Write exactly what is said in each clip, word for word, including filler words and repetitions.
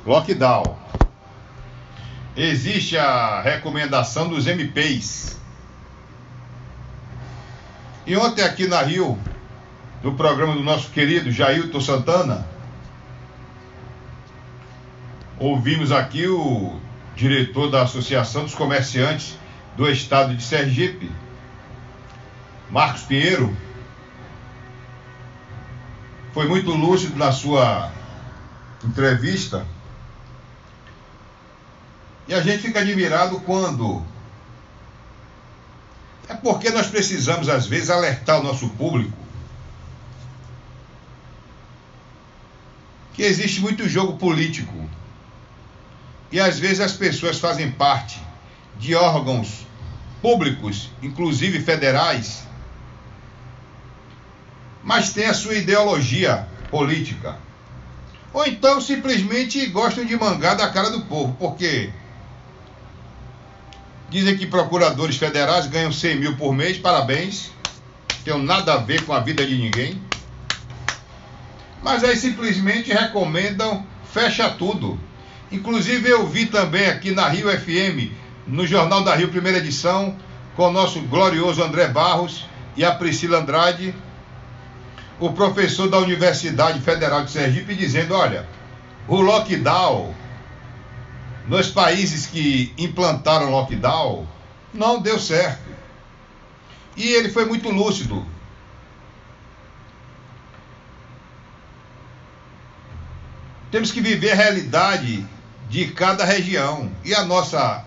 Lockdown. Existe a recomendação dos M Ps. E ontem aqui na Rio, no programa do nosso querido Jailton Santana, ouvimos aqui o diretor da Associação dos Comerciantes do Estado de Sergipe, Marcos Pinheiro. Foi muito lúcido na sua entrevista. E a gente fica admirado quando... É porque nós precisamos, às vezes, alertar o nosso público que existe muito jogo político. E, às vezes, as pessoas fazem parte de órgãos públicos, inclusive federais, mas tem a sua ideologia política. Ou então, simplesmente, gostam de mangar da cara do povo, porque... Dizem que procuradores federais ganham cem mil por mês, parabéns. Não tem nada a ver com a vida de ninguém. Mas aí simplesmente recomendam, fecha tudo. Inclusive eu vi também aqui na Rio F M, no Jornal da Rio, primeira edição, com o nosso glorioso André Barros e a Priscila Andrade, o professor da Universidade Federal de Sergipe, dizendo, olha, o lockdown... Nos países que implantaram lockdown, não deu certo. E ele foi muito lúcido. Temos que viver a realidade de cada região. E a nossa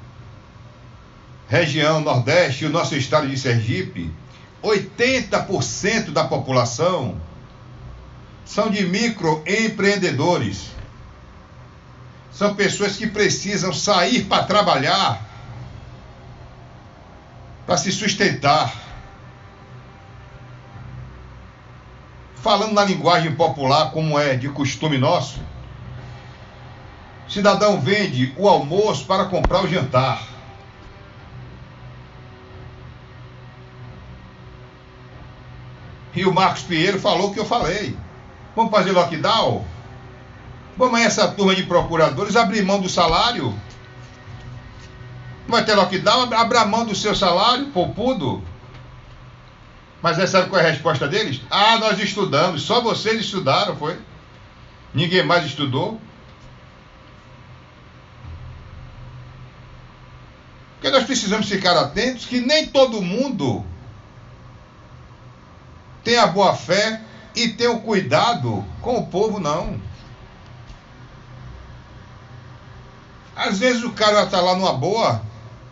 região Nordeste, o nosso estado de Sergipe, oitenta por cento da população são de microempreendedores. São pessoas que precisam sair para trabalhar, para se sustentar. Falando na linguagem popular, como é de costume nosso, o cidadão vende o almoço para comprar o jantar. E o Marcos Pinheiro falou o que eu falei. Vamos fazer lockdown? Vamos essa turma de procuradores abrir mão do salário? Não vai ter lockdown? Abra mão do seu salário, poupudo. Mas aí sabe qual é a resposta deles? Ah, nós estudamos, só vocês estudaram, foi? Ninguém mais estudou? Porque nós precisamos ficar atentos que nem todo mundo tem a boa fé e tem o cuidado com o povo, não. Às vezes o cara está lá numa boa,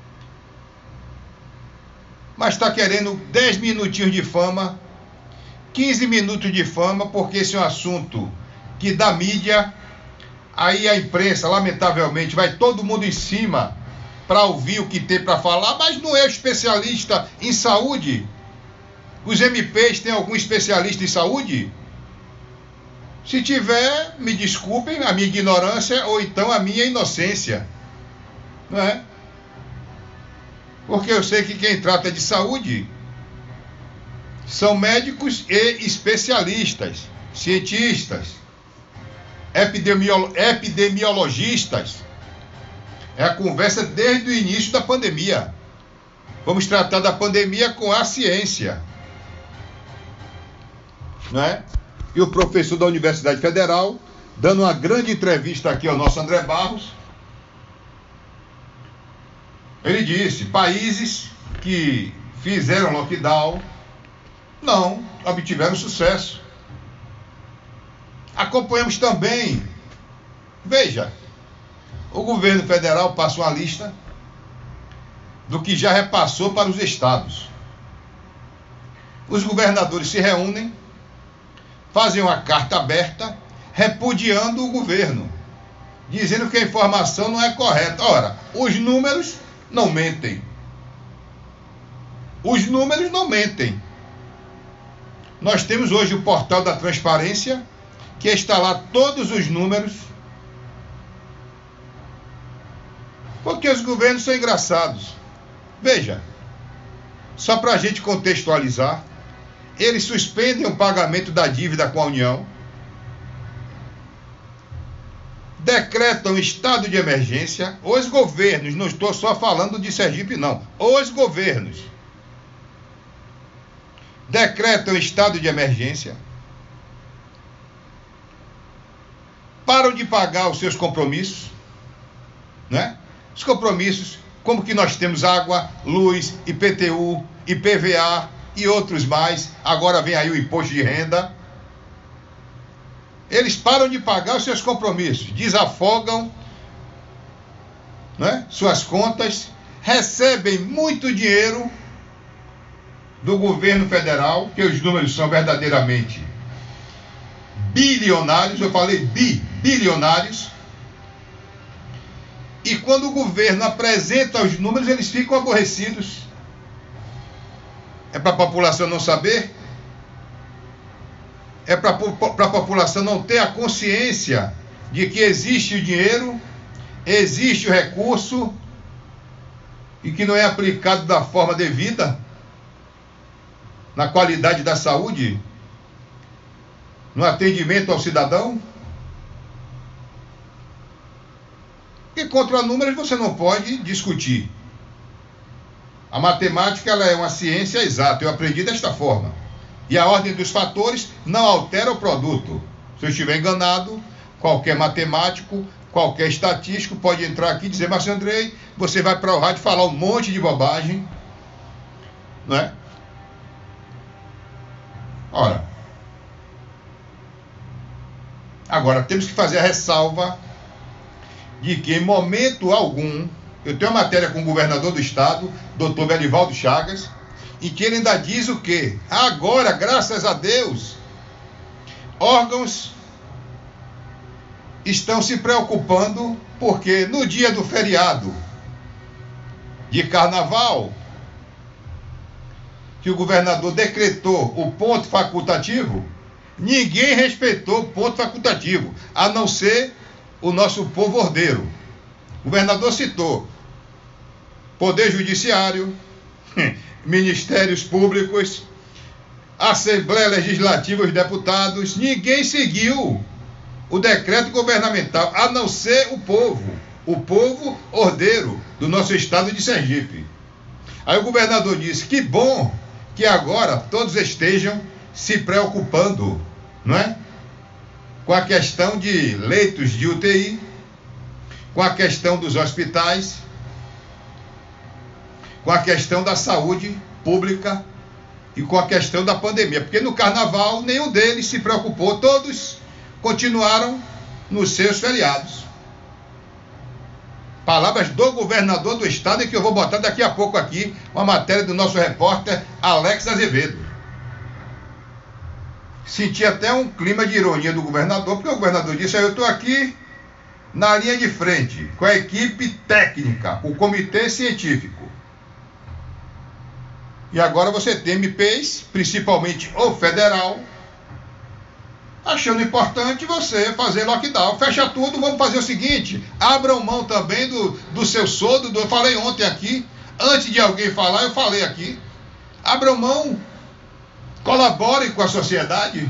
mas está querendo dez minutinhos de fama, quinze minutos de fama, porque esse é um assunto que dá mídia, aí a imprensa, lamentavelmente, vai todo mundo em cima para ouvir o que tem para falar, mas não é especialista em saúde. Os M Ps têm algum especialista em saúde? Se tiver, me desculpem a minha ignorância ou então a minha inocência, não é? Porque eu sei que quem trata de saúde são médicos e especialistas, cientistas, epidemiolo- epidemiologistas. É a conversa desde o início da pandemia. Vamos tratar da pandemia com a ciência, não é? E o professor da Universidade Federal, dando uma grande entrevista aqui ao nosso André Barros, ele disse, países que fizeram lockdown não obtiveram sucesso. Acompanhamos também, veja, o governo federal passa uma lista do que já repassou para os estados. Os governadores se reúnem, fazem uma carta aberta repudiando o governo, dizendo que a informação não é correta. Ora, os números não mentem. Os números não mentem. Nós temos hoje o portal da transparência, que está lá todos os números, porque os governos são engraçados. Veja, só para a gente contextualizar, eles suspendem o pagamento da dívida com a União, decretam estado de emergência, os governos, não estou só falando de Sergipe não, os governos decretam estado de emergência, param de pagar os seus compromissos, né? Os compromissos, como que nós temos água, luz, I P T U, I P V A e outros mais, agora vem aí o imposto de renda. Eles param de pagar os seus compromissos, desafogam, né, suas contas, recebem muito dinheiro do governo federal, que os números são verdadeiramente bilionários, eu falei bi, bilionários, e quando o governo apresenta os números, eles ficam aborrecidos. É para a população não saber? É para a população não ter a consciência de que existe o dinheiro, existe o recurso e que não é aplicado da forma devida, na qualidade da saúde, no atendimento ao cidadão? Porque contra números você não pode discutir. A matemática ela é uma ciência exata, eu aprendi desta forma. E a ordem dos fatores não altera o produto. Se eu estiver enganado, qualquer matemático, qualquer estatístico pode entrar aqui e dizer: Márcio Andrei, você vai para o rádio falar um monte de bobagem, não é? Ora, agora temos que fazer a ressalva de que em momento algum, eu tenho uma matéria com o governador do estado, doutor Belivaldo Chagas, e que ele ainda diz o quê? Agora, graças a Deus, órgãos estão se preocupando, porque no dia do feriado de carnaval, que o governador decretou o ponto facultativo, ninguém respeitou o ponto facultativo, a não ser o nosso povo ordeiro. O governador citou Poder Judiciário, Ministérios Públicos, Assembleia Legislativa, os deputados. Ninguém seguiu o decreto governamental, a não ser o povo, o povo ordeiro do nosso estado de Sergipe. Aí o governador disse: que bom que agora todos estejam se preocupando, não é? Com a questão de leitos de U T I, com a questão dos hospitais, com a questão da saúde pública e com a questão da pandemia. Porque no carnaval nenhum deles se preocupou, todos continuaram nos seus feriados. Palavras do governador do estado, e que eu vou botar daqui a pouco aqui, uma matéria do nosso repórter Alex Azevedo. Senti até um clima de ironia do governador, porque o governador disse: eu estou aqui na linha de frente, com a equipe técnica, o comitê científico. E agora você tem M Ps, principalmente o federal, achando importante você fazer lockdown. Fecha tudo, vamos fazer o seguinte: abram mão também do, do seu soldo. Do, eu falei ontem aqui, antes de alguém falar, eu falei aqui. Abram mão, colaborem com a sociedade.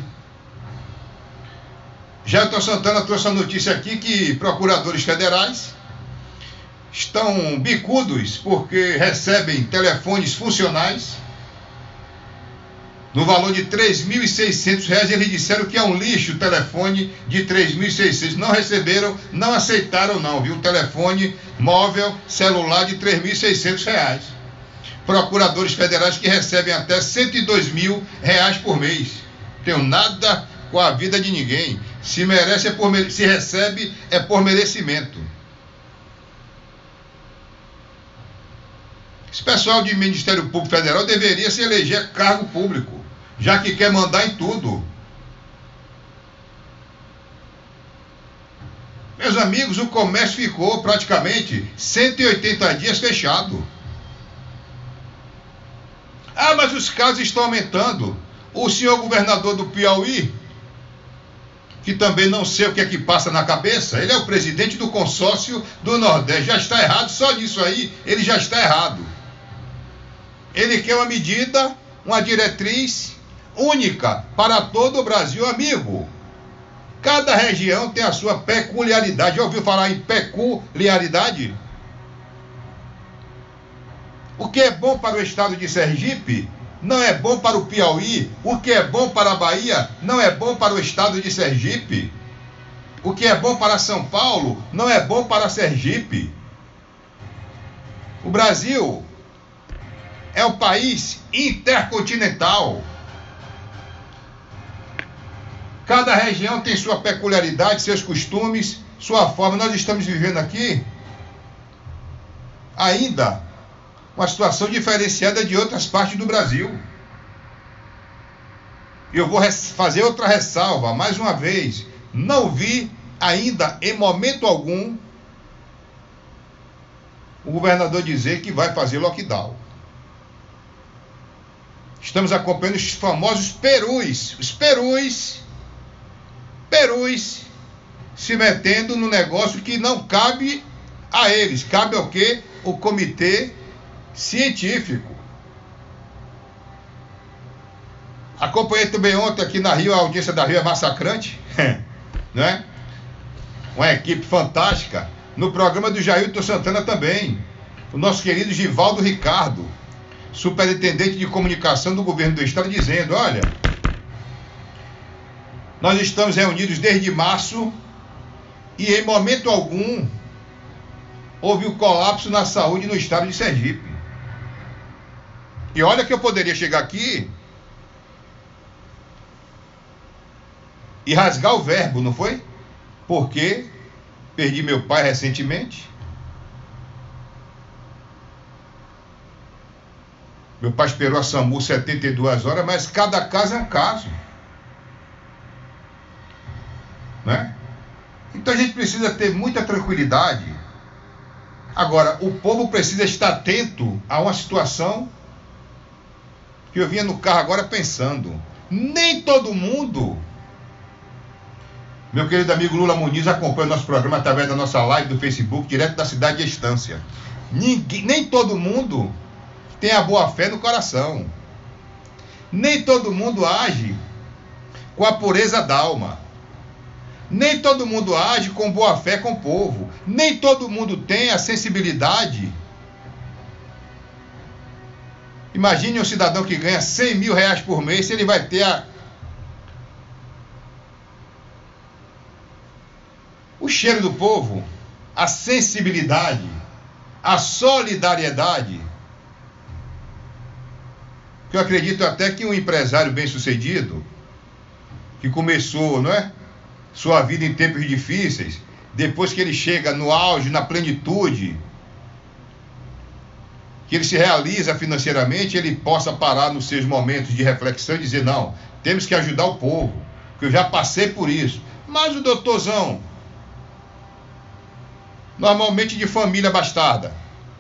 Gelton Santana trouxe a notícia aqui que procuradores federais estão bicudos porque recebem telefones funcionais no valor de três mil e seiscentos reais. Eles disseram que é um lixo o telefone de três mil e seiscentos. Não receberam, não aceitaram não, viu? Um telefone móvel, celular de três mil e seiscentos reais. Procuradores federais que recebem até cento e dois mil reais por mês. Tenho nada com a vida de ninguém. Se merece é por mere... se recebe é por merecimento. Esse pessoal de Ministério Público Federal deveria se eleger cargo público, já que quer mandar em tudo. Meus amigos, o comércio ficou praticamente cento e oitenta dias fechado. Ah, mas os casos estão aumentando. O senhor governador do Piauí, que também não sei o que é que passa na cabeça, ele é o presidente do consórcio do Nordeste, já está errado, só nisso aí ele já está errado. Ele quer uma medida, uma diretriz única para todo o Brasil, amigo. Cada região tem a sua peculiaridade. Já ouviu falar em peculiaridade? O que é bom para o estado de Sergipe não é bom para o Piauí. O que é bom para a Bahia não é bom para o estado de Sergipe. O que é bom para São Paulo não é bom para Sergipe. O Brasil é um país intercontinental. Cada região tem sua peculiaridade, seus costumes, sua forma. Nós estamos vivendo aqui ainda uma situação diferenciada de outras partes do Brasil. Eu vou fazer outra ressalva, mais uma vez. Não vi ainda, em momento algum, o governador dizer que vai fazer lockdown. Estamos acompanhando os famosos perus, os perus, perus, se metendo no negócio que não cabe a eles. Cabe ao quê? O comitê científico. Acompanhei também ontem aqui na Rio, a audiência da Rio é massacrante, né? Uma equipe fantástica. No programa do Jailton Santana também. O nosso querido Givaldo Ricardo, superintendente de comunicação do governo do estado, dizendo: olha, nós estamos reunidos desde março e em momento algum houve um colapso na saúde no estado de Sergipe. E olha que eu poderia chegar aqui e rasgar o verbo, não foi? Porque perdi meu pai recentemente. Meu pai esperou a SAMU setenta e duas horas, mas cada caso é um caso. Né? Então a gente precisa ter muita tranquilidade. Agora, o povo precisa estar atento a uma situação que eu vinha no carro agora pensando. Nem todo mundo... Meu querido amigo Lula Muniz acompanha o nosso programa através da nossa live do Facebook, direto da cidade de Estância. Ninguém, nem todo mundo tem a boa fé no coração. Nem todo mundo age com a pureza da alma. Nem todo mundo age com boa fé com o povo. Nem todo mundo tem a sensibilidade. Imagine um cidadão que ganha cem mil reais por mês, se ele vai ter a... o cheiro do povo, a sensibilidade, a solidariedade. Eu acredito até que um empresário bem-sucedido, que começou, não é, sua vida em tempos difíceis, depois que ele chega no auge, na plenitude, que ele se realiza financeiramente, ele possa parar nos seus momentos de reflexão e dizer: não, temos que ajudar o povo, que eu já passei por isso. Mas o doutorzão, normalmente de família bastarda,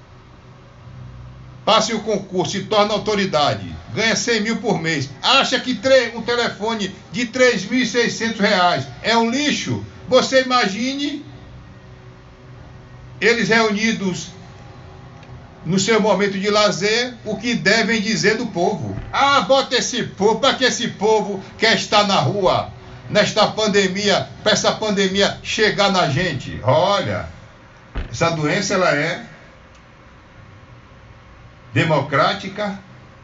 passe o concurso, se torna autoridade, ganha cem mil por mês, acha que um telefone de três mil e seiscentos reais é um lixo. Você imagine eles reunidos no seu momento de lazer, o que devem dizer do povo. Ah, bota esse povo, para que esse povo quer estar na rua, nesta pandemia, para essa pandemia chegar na gente? Olha, essa doença, ela é democrática.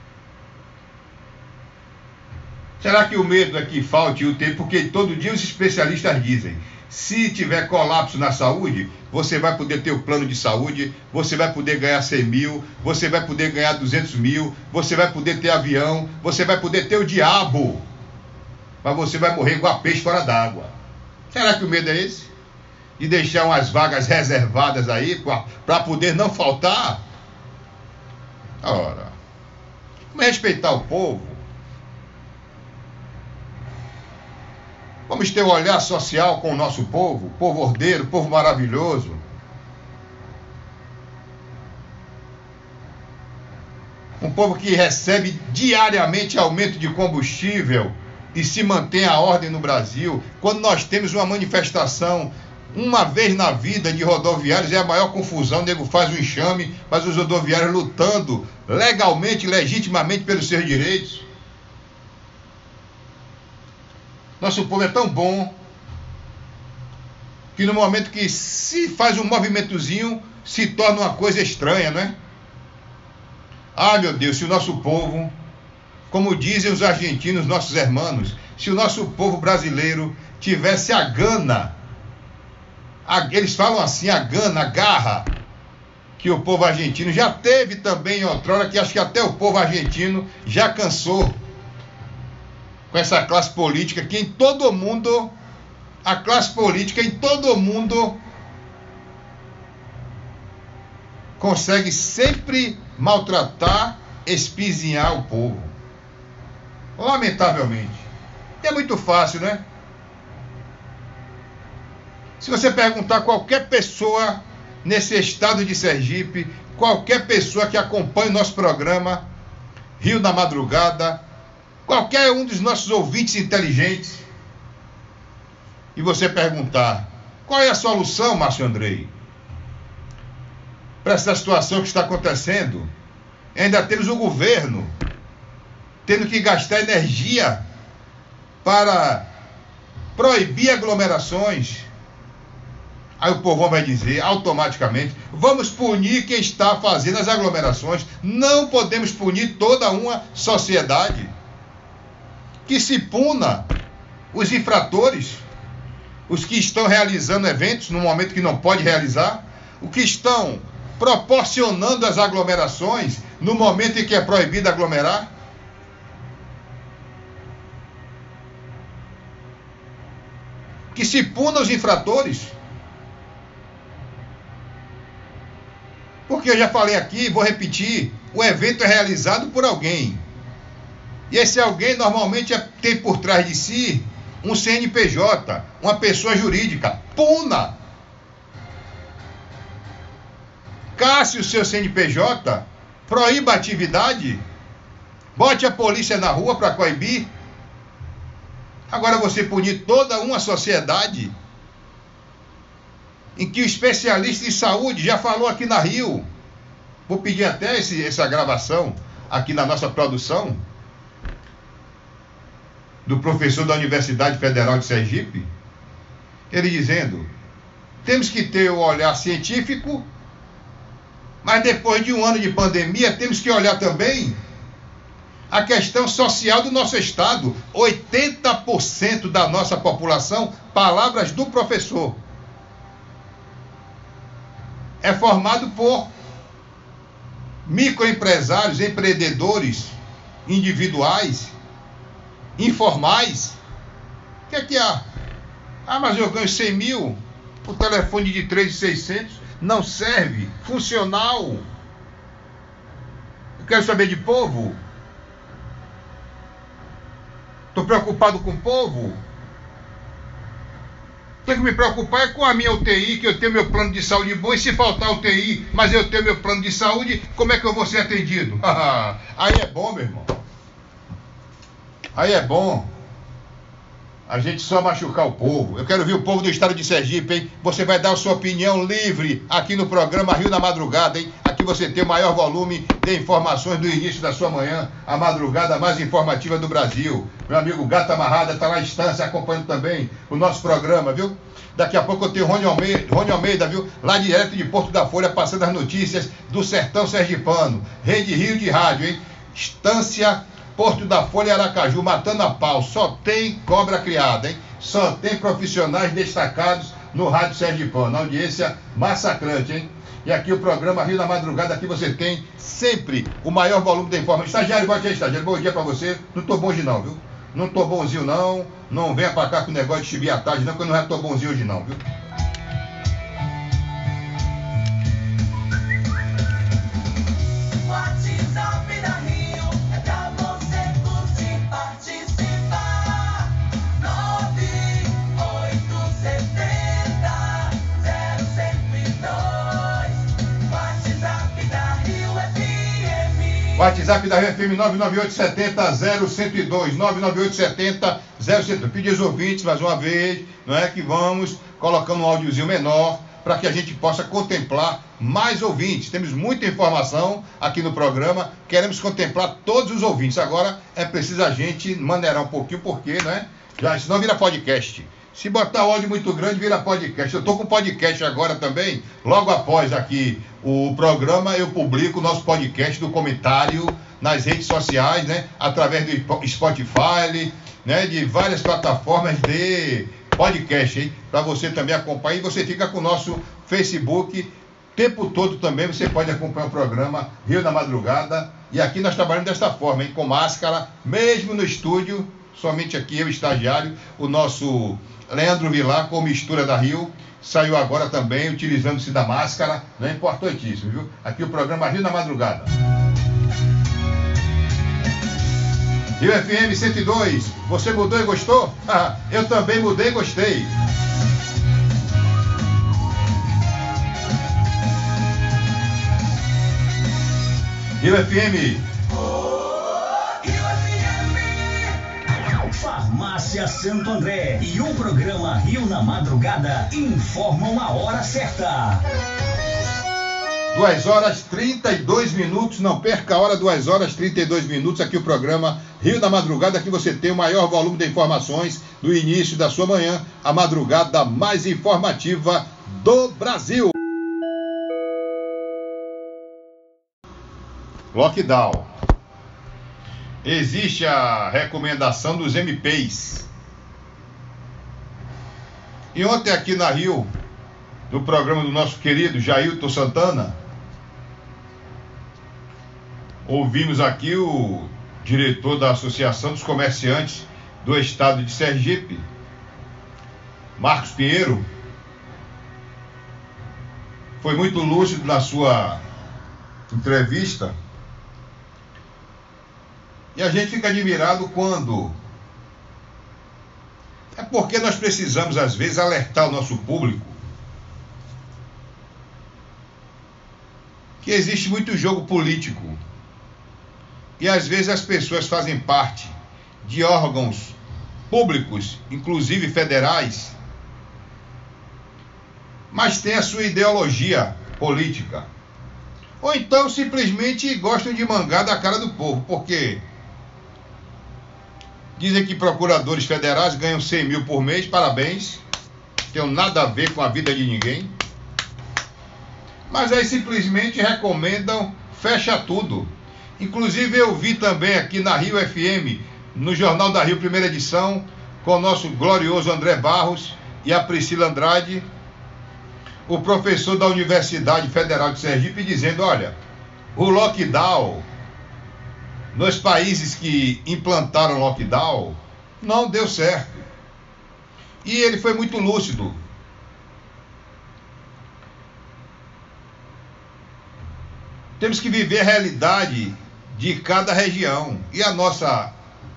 Será que o medo é que falte o tempo? Porque todo dia os especialistas dizem: se tiver colapso na saúde, você vai poder ter o plano de saúde, você vai poder ganhar cem mil, você vai poder ganhar duzentos mil, você vai poder ter avião, você vai poder ter o diabo, mas você vai morrer igual peixe fora d'água. Será que o medo é esse? De deixar umas vagas reservadas aí para poder não faltar? Ora, vamos respeitar o povo. Vamos ter um olhar social com o nosso povo, povo ordeiro, povo maravilhoso. Um povo que recebe diariamente aumento de combustível e se mantém a ordem no Brasil. Quando nós temos uma manifestação uma vez na vida de rodoviários, é a maior confusão, o nego faz um enxame, mas os rodoviários lutando legalmente, legitimamente pelos seus direitos. Nosso povo é tão bom, que no momento que se faz um movimentozinho, se torna uma coisa estranha, não é? Ah, meu Deus, se o nosso povo, como dizem os argentinos, nossos irmãos, se o nosso povo brasileiro tivesse a gana, a, eles falam assim, a gana, a garra, que o povo argentino já teve também em outrora, que acho que até o povo argentino já cansou com essa classe política que em todo mundo, a classe política em todo mundo consegue sempre maltratar, espizinhar o povo. Lamentavelmente. É muito fácil, né? Se você perguntar a qualquer pessoa nesse estado de Sergipe, qualquer pessoa que acompanha o nosso programa, Rio na Madrugada, qualquer um dos nossos ouvintes inteligentes, e você perguntar, qual é a solução, Márcio Andrei, para essa situação que está acontecendo? Ainda temos o governo tendo que gastar energia para proibir aglomerações. Aí o povão vai dizer automaticamente, vamos punir quem está fazendo as aglomerações. Não podemos punir toda uma sociedade. Que se puna os infratores, os que estão realizando eventos no momento que não pode realizar, os que estão proporcionando as aglomerações no momento em que é proibido aglomerar. Que se puna os infratores. Porque eu já falei aqui, vou repetir, o evento é realizado por alguém. E esse alguém normalmente é, tem por trás de si um C N P J, uma pessoa jurídica. Puna! Casse o seu C N P J, proíba a atividade, bote a polícia na rua para coibir. Agora você punir toda uma sociedade em que o especialista em saúde já falou aqui na Rio, vou pedir até esse, essa gravação aqui na nossa produção, do professor da Universidade Federal de Sergipe, ele dizendo, temos que ter o olhar científico, mas depois de um ano de pandemia, temos que olhar também a questão social do nosso estado. oitenta por cento da nossa população, palavras do professor, é formado por microempresários, empreendedores individuais, informais. O que é que há? Ah, mas eu ganho cem mil, o telefone de três mil e seiscentos não serve, funcional. Eu quero saber de povo. Estou preocupado com o povo. Tenho que me preocupar é com a minha U T I, que eu tenho meu plano de saúde bom, e se faltar U T I, mas eu tenho meu plano de saúde, como é que eu vou ser atendido? Aí é bom, meu irmão. Aí é bom a gente só machucar o povo. Eu quero ver o povo do estado de Sergipe, hein? Você vai dar a sua opinião livre aqui no programa Rio na Madrugada, hein? Aqui você tem o maior volume de informações do início da sua manhã, a madrugada mais informativa do Brasil. Meu amigo Gata Amarrada está lá em Estância acompanhando também o nosso programa, viu? Daqui a pouco eu tenho Rony Almeida, Rony Almeida, viu? Lá direto de Porto da Folha, passando as notícias do sertão sergipano. Rede Rio de Rádio, hein? Estância, Porto da Folha e Aracaju, matando a pau. Só tem cobra criada, hein? Só tem profissionais destacados no Rádio Sergipano. Audiência massacrante, hein? E aqui o programa Rio na Madrugada, aqui você tem sempre o maior volume de informações. Estagiário, bote aí, estagiário. Bom dia pra você. Não tô bom hoje não, viu? Não tô bonzinho não. Não venha pra cá com o negócio de chibir à tarde não, porque eu não tô bonzinho hoje não, viu? WhatsApp da Rio F M nove nove oito sete zero zero zero dois, nove nove oito sete zero zero zero dois. Pedir aos ouvintes mais uma vez, não é que vamos colocando um áudiozinho menor para que a gente possa contemplar mais ouvintes. Temos muita informação aqui no programa, queremos contemplar todos os ouvintes. Agora é preciso a gente maneirar um pouquinho, porque, né? Já, senão vira podcast. Se botar áudio muito grande, vira podcast. Eu estou com podcast agora também. Logo após aqui o programa, eu publico o nosso podcast do comentário nas redes sociais, né? Através do Spotify, né? De várias plataformas de podcast, hein? Para você também acompanhar. E você fica com o nosso Facebook. O tempo todo também você pode acompanhar o programa Rio da Madrugada. E aqui nós trabalhamos desta forma, hein? Com máscara, mesmo no estúdio. Somente aqui eu, estagiário, o nosso Leandro Vilar, com mistura da Rio, saiu agora também, utilizando-se da máscara, não é importantíssimo, viu? Aqui o programa Rio da Madrugada. Rio F M cento e dois, você mudou e gostou? Ah, eu também mudei e gostei. Rio F M. Farmácia Santo André e o programa Rio na Madrugada informam a hora certa. duas horas trinta e dois minutos, não perca a hora, duas horas trinta e dois minutos, aqui o programa Rio da Madrugada, que você tem o maior volume de informações do início da sua manhã, a madrugada mais informativa do Brasil. Lockdown. Existe a recomendação dos M Ps. E ontem aqui na Rio, no programa do nosso querido Jailton Santana, ouvimos aqui o diretor da Associação dos Comerciantes do Estado de Sergipe, Marcos Pinheiro. Foi muito lúcido na sua entrevista. E a gente fica admirado quando... É porque nós precisamos, às vezes, alertar o nosso público que existe muito jogo político. E, às vezes, as pessoas fazem parte de órgãos públicos, inclusive federais, mas têm a sua ideologia política. Ou então, simplesmente, gostam de mangar da cara do povo, porque... Dizem que procuradores federais ganham cem mil por mês, parabéns. Tem nada a ver com a vida de ninguém. Mas aí simplesmente recomendam, fecha tudo. Inclusive eu vi também aqui na Rio F M, no Jornal da Rio, primeira edição, com o nosso glorioso André Barros e a Priscila Andrade, o professor da Universidade Federal de Sergipe, dizendo, olha, o lockdown... Nos países que implantaram lockdown, não deu certo. E ele foi muito lúcido. Temos que viver a realidade de cada região. E a nossa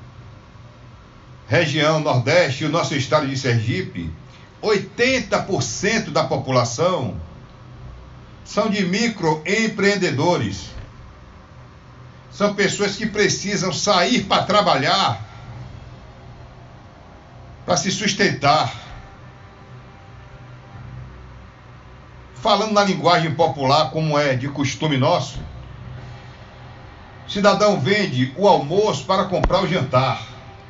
região Nordeste, o nosso estado de Sergipe, oitenta por cento da população são de microempreendedores. São pessoas que precisam sair para trabalhar, para se sustentar. Falando na linguagem popular, como é de costume nosso, o cidadão vende o almoço para comprar o jantar.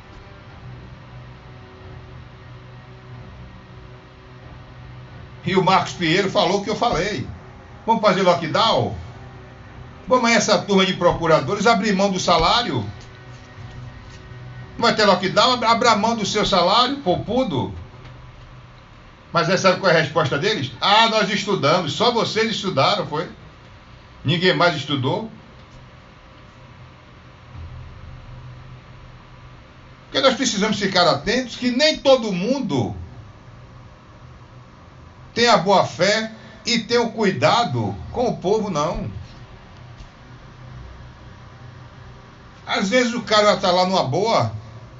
E o Marcos Pinheiro falou o que eu falei. Vamos fazer lockdown? Vamos essa turma de procuradores abrir mão do salário? Não vai ter lockdown? Abra mão do seu salário, poupudo. Mas aí sabe qual é a resposta deles? Ah, nós estudamos, só vocês estudaram, foi? Ninguém mais estudou? Porque nós precisamos ficar atentos que nem todo mundo tem a boa fé e tem o cuidado com o povo, não. Às vezes o cara está lá numa boa,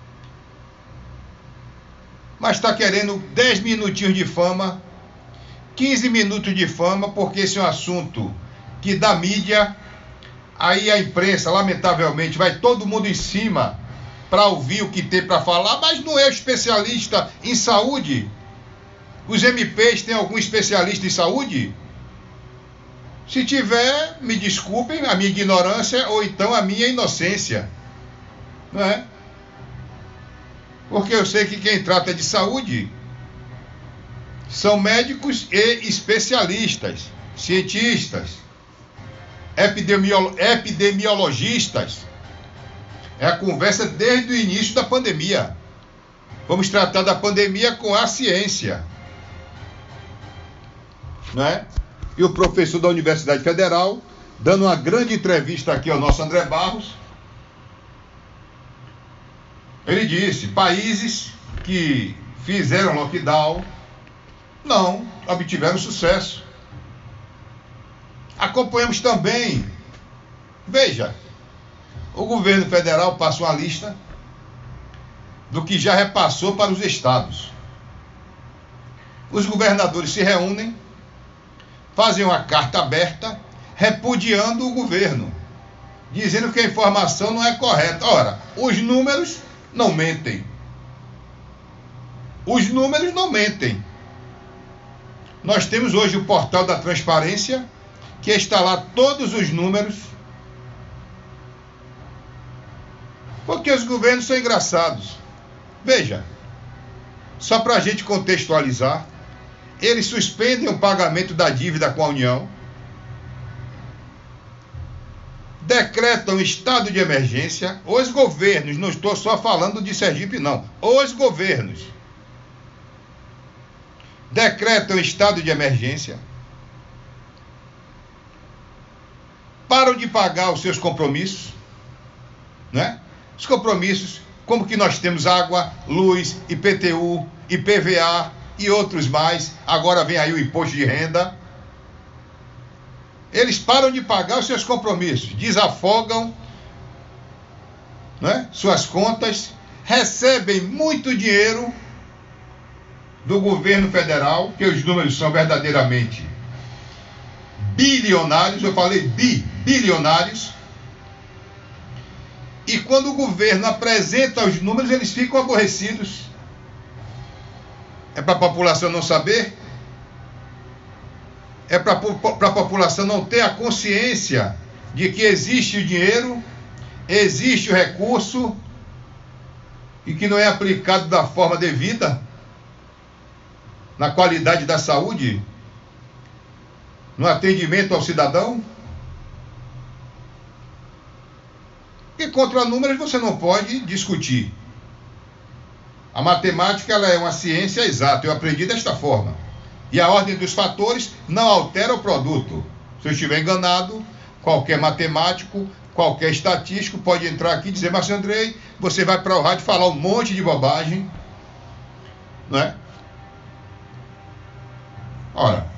mas está querendo dez minutinhos de fama, quinze minutos de fama, porque esse é um assunto que dá mídia, aí a imprensa, lamentavelmente, vai todo mundo em cima para ouvir o que tem para falar, mas não é especialista em saúde. Os M Ps têm algum especialista em saúde? Se tiver, me desculpem a minha ignorância ou então a minha inocência, não é? Porque eu sei que quem trata de saúde São médicos e especialistas, cientistas, epidemiolo- epidemiologistas. É a conversa desde o início da pandemia. Vamos tratar da pandemia com a ciência. Não é? E o professor da Universidade Federal, dando uma grande entrevista aqui ao nosso André Barros, ele disse, países que fizeram lockdown não obtiveram sucesso. Acompanhamos também, veja, o governo federal passa uma lista do que já repassou para os estados. Os governadores se reúnem, fazem uma carta aberta, repudiando o governo, dizendo que a informação não é correta. Ora, os números não mentem. Os números não mentem. Nós temos hoje o portal da transparência, que está lá todos os números, porque os governos são engraçados. Veja, só para a gente contextualizar, eles suspendem o pagamento da dívida com a União, decretam estado de emergência, os governos, não estou só falando de Sergipe não, os governos decretam estado de emergência, param de pagar os seus compromissos, né? Os compromissos, como que nós temos água, luz, I P T U, I P V A e outros mais, agora vem aí o imposto de renda. Eles param de pagar os seus compromissos, desafogam, né, suas contas, recebem muito dinheiro do governo federal, que os números são verdadeiramente bilionários, eu falei bi, bilionários, e quando o governo apresenta os números, eles ficam aborrecidos. É para a população não saber? É para a população não ter a consciência de que existe o dinheiro, existe o recurso, e que não é aplicado da forma devida, na qualidade da saúde, no atendimento ao cidadão? E contra números você não pode discutir. A matemática ela é uma ciência exata, eu aprendi desta forma. E a ordem dos fatores não altera o produto. Se eu estiver enganado, qualquer matemático, qualquer estatístico pode entrar aqui e dizer, mas Andrei, você vai para o rádio falar um monte de bobagem, não é? Ora,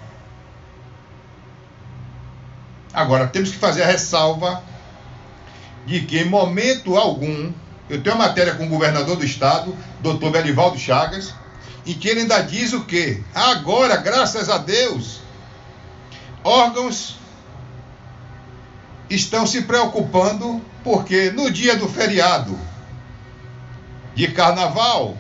agora temos que fazer a ressalva de que em momento algum, eu tenho uma matéria com o governador do estado, doutor Belivaldo Chagas, em que ele ainda diz o quê? Agora, graças a Deus, órgãos estão se preocupando, porque no dia do feriado de carnaval,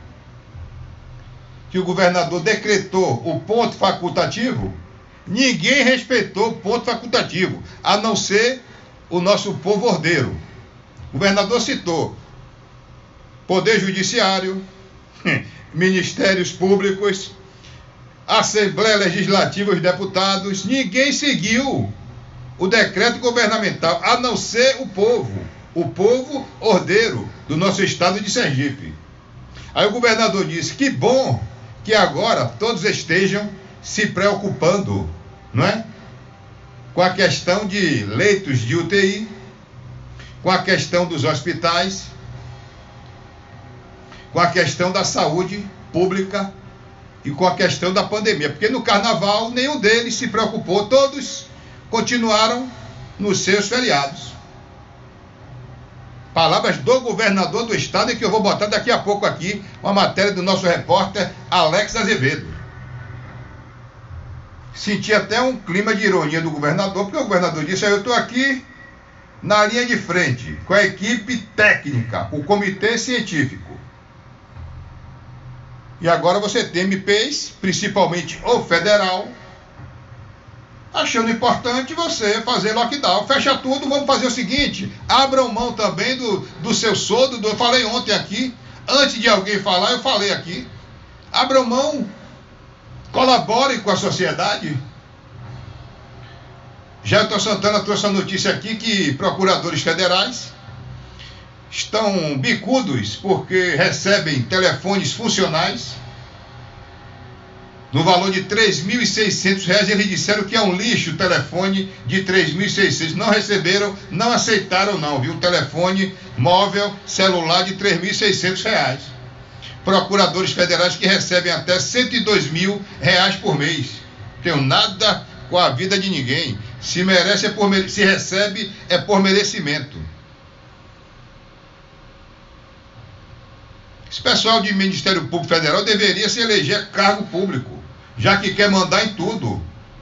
que o governador decretou o ponto facultativo, ninguém respeitou o ponto facultativo, a não ser o nosso povo ordeiro. O governador citou Poder Judiciário, Ministérios Públicos, Assembleia Legislativa, os deputados, ninguém seguiu o decreto governamental, a não ser o povo, o povo ordeiro do nosso estado de Sergipe. Aí o governador disse, que bom que agora todos estejam se preocupando, não é? Com a questão de leitos de U T I, com a questão dos hospitais, com a questão da saúde pública e com a questão da pandemia. Porque no carnaval nenhum deles se preocupou, todos continuaram nos seus feriados. Palavras do governador do estado, e que eu vou botar daqui a pouco aqui, uma matéria do nosso repórter Alex Azevedo. Senti até um clima de ironia do governador, porque o governador disse, eu estou aqui na linha de frente, com a equipe técnica, o comitê científico. E agora você tem M Ps, principalmente o federal, achando importante você fazer lockdown. Fecha tudo, vamos fazer o seguinte, abram mão também do, do seu soldo, do, eu falei ontem aqui, antes de alguém falar, eu falei aqui, abram mão Colaborem com a sociedade. Jailton Santana trouxe a notícia aqui que procuradores federais estão bicudos porque recebem telefones funcionais no valor de três mil e seiscentos reais. Eles disseram que é um lixo o telefone de três mil e seiscentos. Não receberam, não aceitaram não, viu? Telefone móvel, celular de três mil e seiscentos reais. Procuradores federais que recebem até cento e dois mil reais por mês. Tenho nada com a vida de ninguém. Se merece é por mere... se recebe é por merecimento. Esse pessoal de Ministério Público Federal deveria se eleger cargo público, já que quer mandar em tudo.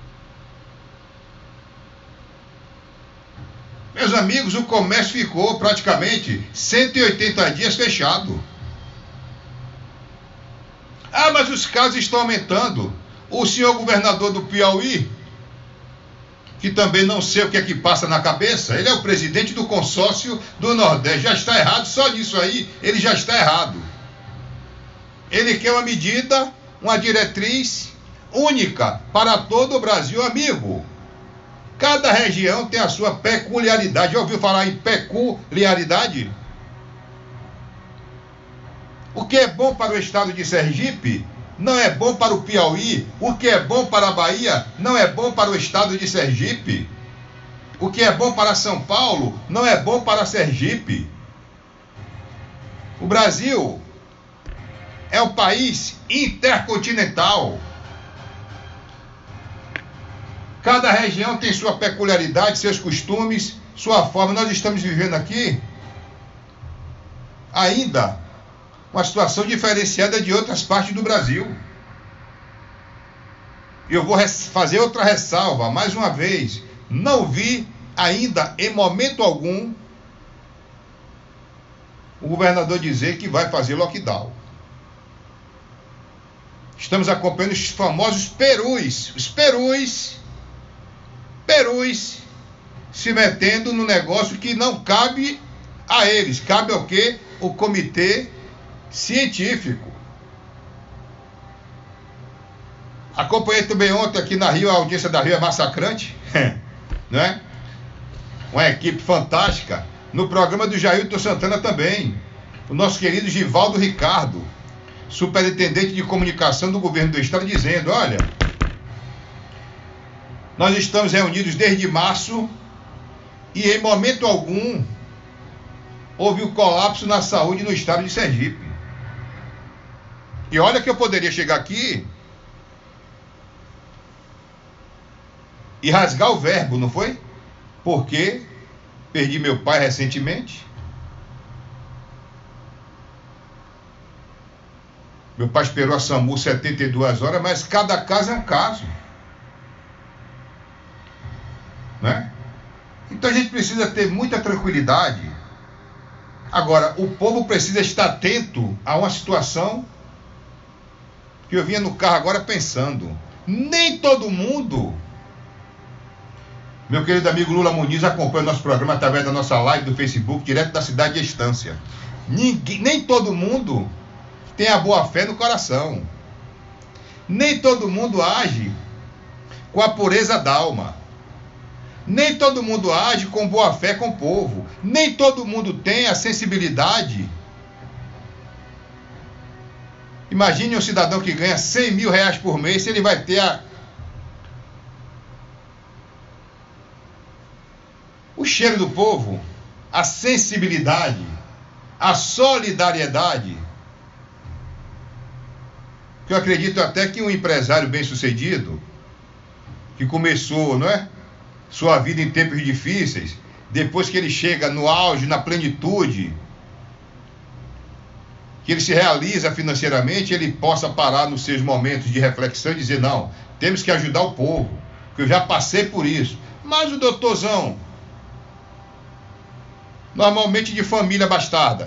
Meus amigos, o comércio ficou praticamente cento e oitenta dias fechado. Ah, mas os casos estão aumentando. O senhor governador do Piauí, que também não sei o que é que passa na cabeça, ele é o presidente do consórcio do Nordeste. Já está errado, só nisso aí ele já está errado. Ele quer uma medida, uma diretriz única para todo o Brasil, amigo. Cada região tem a sua peculiaridade. Já ouviu falar em peculiaridade? O que é bom para o estado de Sergipe não é bom para o Piauí. O que é bom para a Bahia não é bom para o estado de Sergipe. O que é bom para São Paulo não é bom para Sergipe. O Brasil é um país intercontinental. Cada região tem sua peculiaridade, seus costumes, sua forma. Nós estamos vivendo aqui ainda uma situação diferenciada de outras partes do Brasil. Eu vou fazer outra ressalva, mais uma vez. Não vi ainda, em momento algum, o governador dizer que vai fazer lockdown. Estamos acompanhando os famosos perus, os perus, perus, se metendo no negócio que não cabe a eles. Cabe ao quê? O comitê científico. Acompanhei também ontem aqui na Rio, a audiência da Rio é massacrante, né? Uma equipe fantástica. No programa do Jailton Santana também, o nosso querido Givaldo Ricardo, superintendente de comunicação do governo do estado, dizendo: olha, nós estamos reunidos desde março e em momento algum houve o colapso na saúde no estado de Sergipe. E olha que eu poderia chegar aqui e rasgar o verbo, não foi? Porque perdi meu pai recentemente. Meu pai esperou a SAMU setenta e duas horas, mas cada caso é um caso, né? Então a gente precisa ter muita tranquilidade. Agora, o povo precisa estar atento a uma situação que eu vinha no carro agora pensando. Nem todo mundo... Meu querido amigo Lula Muniz acompanha o nosso programa através da nossa live do Facebook, direto da cidade de Estância. Ninguém, nem todo mundo tem a boa fé no coração. Nem todo mundo age com a pureza da alma. Nem todo mundo age com boa fé com o povo. Nem todo mundo tem a sensibilidade. Imagine um cidadão que ganha cem mil reais por mês, se ele vai ter a... o cheiro do povo, a sensibilidade, a solidariedade. Eu acredito até que um empresário bem-sucedido, que começou, não é, sua vida em tempos difíceis, depois que ele chega no auge, na plenitude, que ele se realiza financeiramente, ele possa parar nos seus momentos de reflexão e dizer: não, temos que ajudar o povo, porque eu já passei por isso. Mas o doutorzão, normalmente de família bastarda,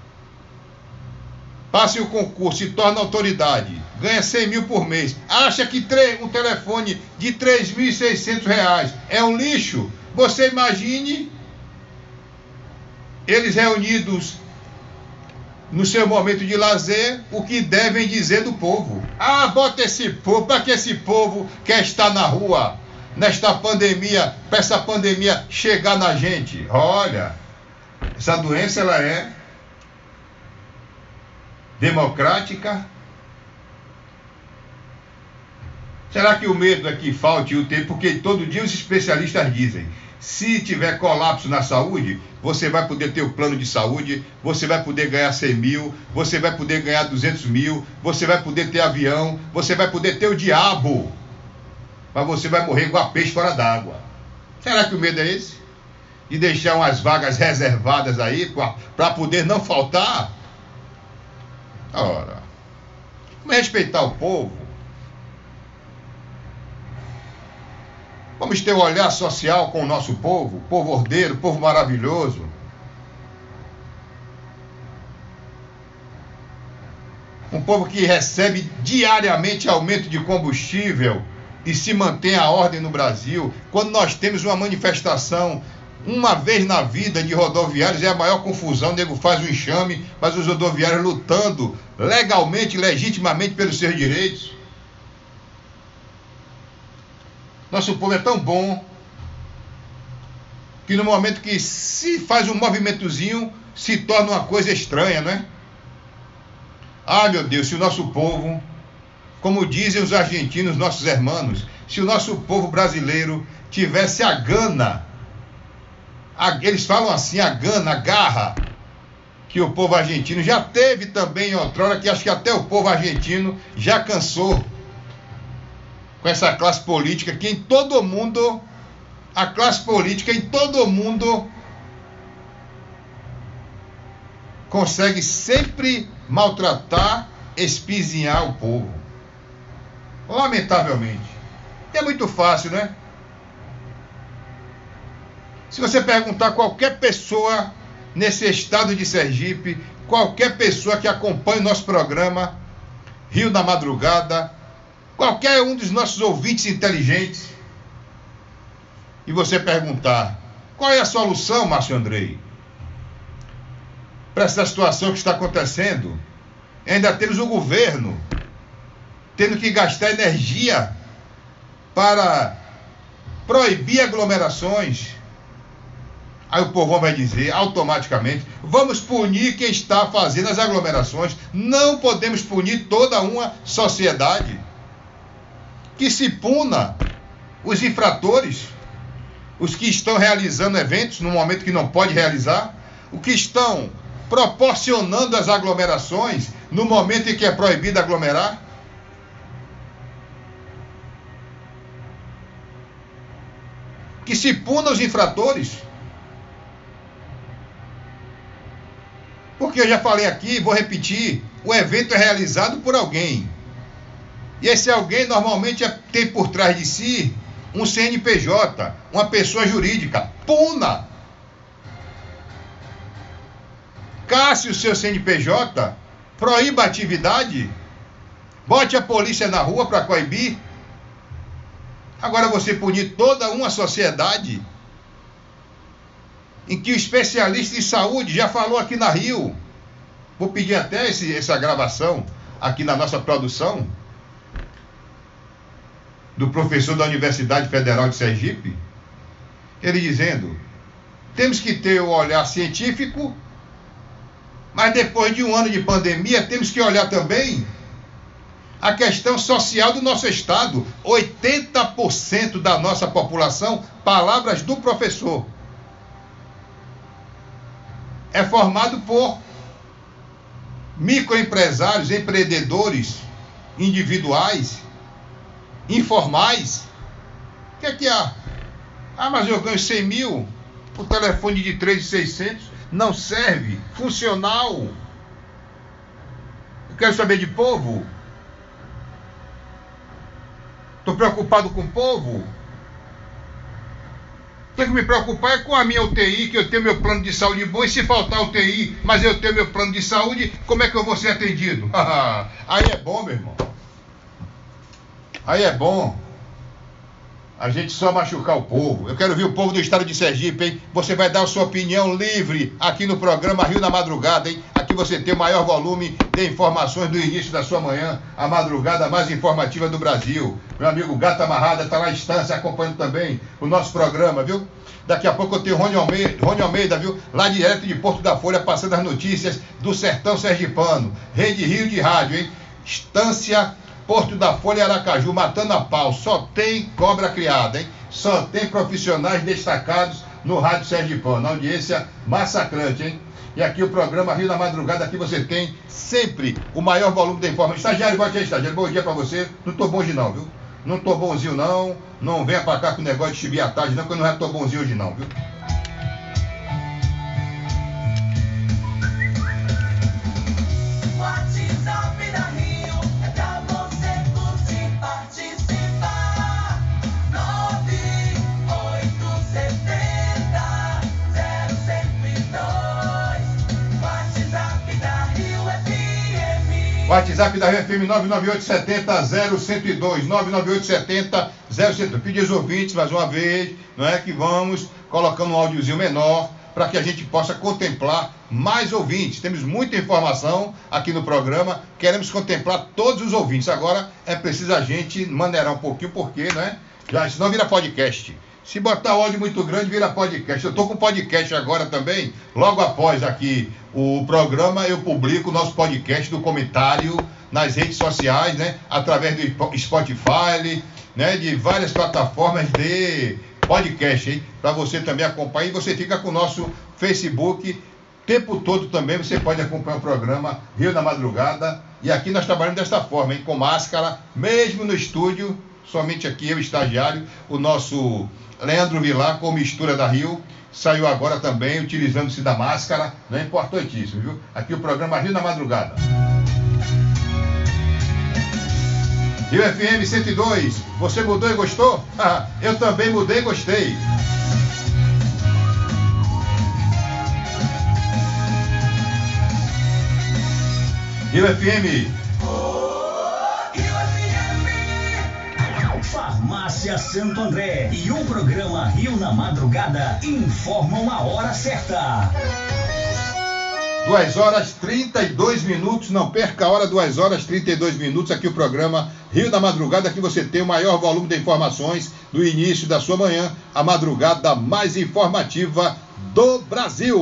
passe o concurso, se torna autoridade, ganha cem mil por mês, acha que um telefone de três mil e seiscentos reais é um lixo. Você imagine eles reunidos no seu momento de lazer, o que devem dizer do povo. Ah, bota esse povo, para que esse povo quer estar na rua, nesta pandemia, para essa pandemia chegar na gente? Olha, essa doença ela é democrática. Será que o medo é que falte o tempo? Porque todo dia os especialistas dizem, se tiver colapso na saúde, você vai poder ter o plano de saúde, você vai poder ganhar cem mil, você vai poder ganhar duzentos mil, você vai poder ter avião, você vai poder ter o diabo, mas você vai morrer igual peixe fora d'água. Será que o medo é esse? De deixar umas vagas reservadas aí para poder não faltar? Ora, vamos respeitar o povo. Vamos ter um olhar social com o nosso povo, povo ordeiro, povo maravilhoso. Um povo que recebe diariamente aumento de combustível e se mantém a ordem no Brasil. Quando nós temos uma manifestação, uma vez na vida, de rodoviários, é a maior confusão, o nego faz o enxame, mas os rodoviários lutando legalmente, legitimamente pelos seus direitos. Nosso povo é tão bom que no momento que se faz um movimentozinho, se torna uma coisa estranha, não é? Ah, meu Deus, se o nosso povo, como dizem os argentinos, nossos irmãos, se o nosso povo brasileiro tivesse a gana, a, eles falam assim, a gana, a garra, que o povo argentino já teve também em outrora, que acho que até o povo argentino já cansou com essa classe política que em todo mundo, a classe política em todo mundo consegue sempre maltratar, espizinhar o povo. Lamentavelmente. E é muito fácil, né? Se você perguntar a qualquer pessoa nesse estado de Sergipe, qualquer pessoa que acompanha o nosso programa, Rio na Madrugada, qualquer um dos nossos ouvintes inteligentes, e você perguntar, qual é a solução, Márcio Andrei, para essa situação que está acontecendo? Ainda temos o governo tendo que gastar energia para proibir aglomerações. Aí o povão vai dizer automaticamente, vamos punir quem está fazendo as aglomerações. Não podemos punir toda uma sociedade. Que se puna os infratores, os que estão realizando eventos no momento que não pode realizar, os que estão proporcionando as aglomerações no momento em que é proibido aglomerar. Que se puna os infratores. Porque eu já falei aqui, vou repetir, o evento é realizado por alguém. E esse alguém normalmente é, tem por trás de si um C N P J, uma pessoa jurídica. Puna! Casse o seu C N P J, proíba a atividade, bote a polícia na rua para coibir. Agora você punir toda uma sociedade em que o especialista em saúde já falou aqui na Rio. Vou pedir até esse, essa gravação aqui na nossa produção, do professor da Universidade Federal de Sergipe, ele dizendo, temos que ter o olhar científico, mas depois de um ano de pandemia, temos que olhar também a questão social do nosso estado. oitenta por cento da nossa população, palavras do professor, é formado por microempresários, empreendedores individuais, informais. O que é que há? Ah, mas eu ganho cem mil, o telefone de três mil e seiscentos não serve, funcional. Eu quero saber de povo. Estou preocupado com o povo. Tem que me preocupar é com a minha U T I, que eu tenho meu plano de saúde bom, e se faltar U T I, mas eu tenho meu plano de saúde, como é que eu vou ser atendido? Aí é bom, meu irmão. Aí é bom. a gente só machucar o povo. Eu quero ver o povo do estado de Sergipe, hein? Você vai dar a sua opinião livre aqui no programa Rio na Madrugada, hein? Aqui você tem o maior volume de informações do início da sua manhã, a madrugada mais informativa do Brasil. Meu amigo Gata Amarrada está lá à instância acompanhando também o nosso programa, viu? Daqui a pouco eu tenho Rony Almeida, Rony Almeida, viu? Lá direto de Porto da Folha, passando as notícias do sertão sergipano. Rede Rio de Rádio, hein? Estância Porto da Folha, Aracaju, matando a pau. Só tem cobra criada, hein? Só tem profissionais destacados no Rádio Sergipano. Audiência massacrante, hein? E aqui o programa Rio na Madrugada, aqui você tem sempre o maior volume de informações. Estagiário, boa dia, estagiário. Bom dia pra você. Não tô bom hoje não, viu? Não tô bonzinho não. Não venha pra cá com o negócio de chibir à tarde não, que eu não tô bonzinho hoje não, viu? WhatsApp da Rio é pra você curtir, participar. nove oito sete zero zero zero dois. WhatsApp da Rio F M. WhatsApp da Rio F M nove nove oito sete zero zero zero dois. nove nove oito sete zero zero zero dois. Pedir aos ouvintes mais uma vez, não é, que vamos colocando um áudiozinho menor para que a gente possa contemplar mais ouvintes. Temos muita informação aqui no programa, queremos contemplar todos os ouvintes. Agora é preciso a gente maneirar um pouquinho, porque, né? Já, senão vira podcast. Se botar áudio muito grande, vira podcast. Eu estou com podcast agora também. Logo após aqui o programa, eu publico o nosso podcast do comentário nas redes sociais, né? Através do Spotify, né? De várias plataformas de podcast, hein? Para você também acompanhar. E você fica com o nosso Facebook o tempo todo também. Você pode acompanhar o programa Rio na Madrugada. E aqui nós trabalhamos desta forma, hein? Com máscara, mesmo no estúdio. Somente aqui eu, estagiário, o nosso Leandro Vilar, com mistura da Rio, saiu agora também, utilizando-se da máscara, né? Importantíssimo, viu? Aqui o programa Rio na Madrugada. Rio F M cento e dois, você mudou e gostou? Ah, eu também mudei e gostei. Rio F M. Farmácia Santo André e o programa Rio na Madrugada informam a hora certa. duas horas e trinta e dois minutos, não perca a hora, duas horas e trinta e dois minutos, aqui o programa Rio da Madrugada, aqui você tem o maior volume de informações do início da sua manhã, a madrugada mais informativa do Brasil.